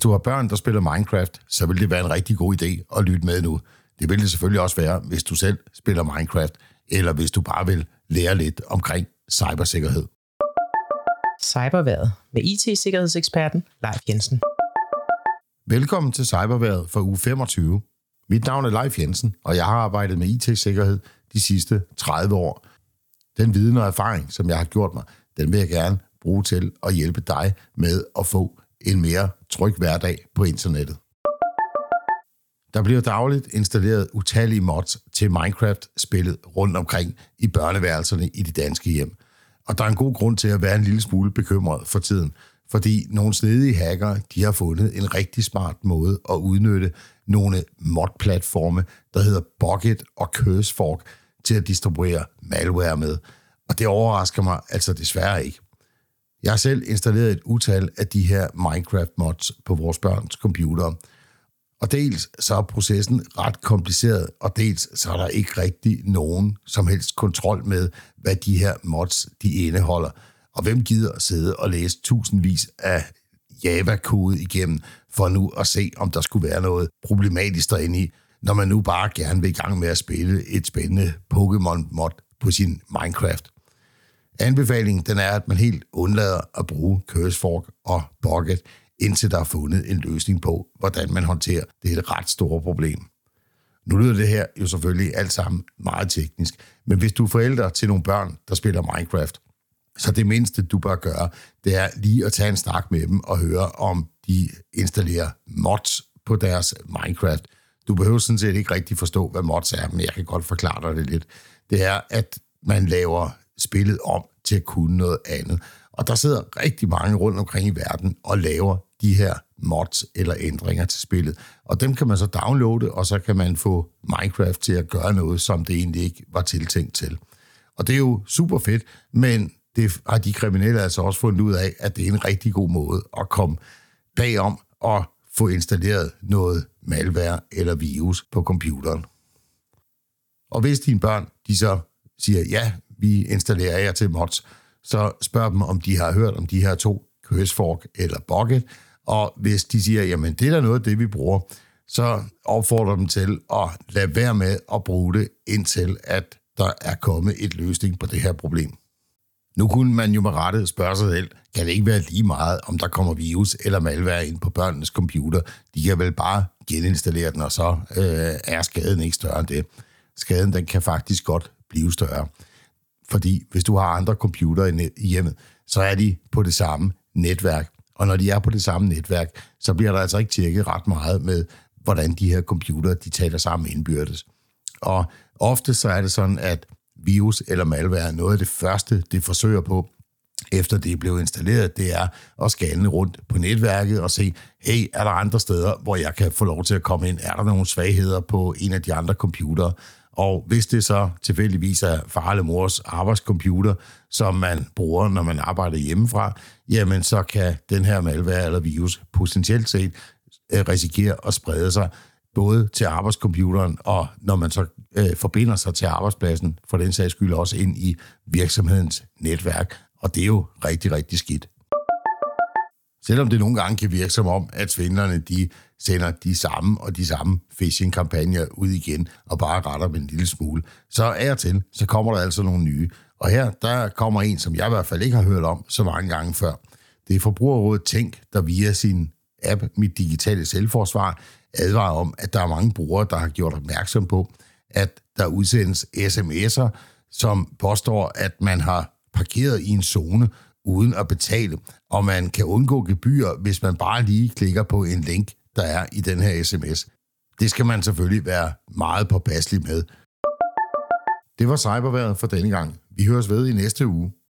du har børn, der spiller Minecraft, så vil det være en rigtig god idé at lytte med nu. Det vil det selvfølgelig også være, hvis du selv spiller Minecraft, eller hvis du bare vil lære lidt omkring cybersikkerhed. Cyberværet med IT-sikkerhedseksperten Leif Jensen. Velkommen til Cyberværet for uge 25. Mit navn er Leif Jensen, og jeg har arbejdet med IT-sikkerhed de sidste 30 år. Den viden og erfaring, som jeg har gjort mig, den vil jeg gerne bruge til at hjælpe dig med at få en mere tryg hverdag på internettet. Der bliver dagligt installeret utallige mods til Minecraft-spillet rundt omkring i børneværelserne i de danske hjem. Og der er en god grund til at være en lille smule bekymret for tiden, fordi nogle snedige hackere, de har fundet en rigtig smart måde at udnytte nogle mod-platforme, der hedder Bukkit og CurseFork, til at distribuere malware med. Og det overrasker mig altså desværre ikke. Jeg har selv installeret et utal af de her Minecraft-mods på vores børns computere. Og dels så er processen ret kompliceret, og dels så er der ikke rigtig nogen som helst kontrol med, hvad de her mods de indeholder. Og hvem gider at sidde og læse tusindvis af Java-kode igennem, for nu at se, om der skulle være noget problematisk derinde i, når man nu bare gerne vil i gang med at spille et spændende Pokémon-mod på sin Minecraft. Anbefalingen den er, at man helt undlader at bruge CurseFork og Bukkit, indtil der er fundet en løsning på, hvordan man håndterer det et ret store problem. Nu lyder det her jo selvfølgelig alt sammen meget teknisk, men hvis du er forældre til nogle børn, der spiller Minecraft, så det mindste, du bør gøre, det er lige at tage en snak med dem og høre, om de installerer mods på deres Minecraft. Du behøver sådan set ikke rigtig forstå, hvad mods er, men jeg kan godt forklare dig det lidt. Det er, at man laver spillet om til at kunne noget andet. Og der sidder rigtig mange rundt omkring i verden og laver de her mods eller ændringer til spillet. Og dem kan man så downloade, og så kan man få Minecraft til at gøre noget, som det egentlig ikke var tiltænkt til. Og det er jo super fedt, men det har de kriminelle altså også fundet ud af, at det er en rigtig god måde at komme bagom og få installeret noget malware eller virus på computeren. Og hvis dine børn, de så siger, ja, vi installerer jer til mods, så spørg dem, om de har hørt om de her to, CurseFork eller Bukkit, og hvis de siger, jamen det er da noget af det, vi bruger, så opfordrer dem til at lade være med at bruge det, indtil at der er kommet et løsning på det her problem. Nu kunne man jo med rette spørge sig selv, kan det ikke være lige meget, om der kommer virus eller malware ind på børnenes computer? De kan vel bare geninstallere den, og så er skaden ikke større end det. Skaden den kan faktisk godt blive større. Fordi hvis du har andre computere i hjemmet, så er de på det samme netværk. Og når de er på det samme netværk, så bliver der altså ikke tjekket ret meget med, hvordan de her computere de taler sammen indbyrdes. Og ofte så er det sådan, at virus eller malware er noget af det første, det forsøger på, efter det er blevet installeret, det er at scanne rundt på netværket og se, hey, er der andre steder, hvor jeg kan få lov til at komme ind? Er der nogle svagheder på en af de andre computere? Og hvis det så tilfældigvis er far eller mors arbejdscomputer, som man bruger, når man arbejder hjemmefra, jamen så kan den her malware eller virus potentielt set risikere at sprede sig både til arbejdscomputeren, og når man så forbinder sig til arbejdspladsen, for den sags skyld også ind i virksomhedens netværk. Og det er jo rigtig, rigtig skidt. Selvom det nogle gange kan virke som om, at svindlerne de sender de samme phishing-kampagner ud igen, og bare retter dem en lille smule, så af og til, så kommer der altså nogle nye. Og her, der kommer en, som jeg i hvert fald ikke har hørt om så mange gange før. Det er Forbrugerrådet Tænk, der via sin app Mit Digitale Selvforsvar advarer om, at der er mange brugere, der har gjort opmærksom på, at der udsendes sms'er, som påstår, at man har parkeret i en zone uden at betale, og man kan undgå gebyr, hvis man bare lige klikker på en link, der er i den her sms. Det skal man selvfølgelig være meget påpasselig med. Det var Cyberværet for denne gang. Vi høres ved i næste uge.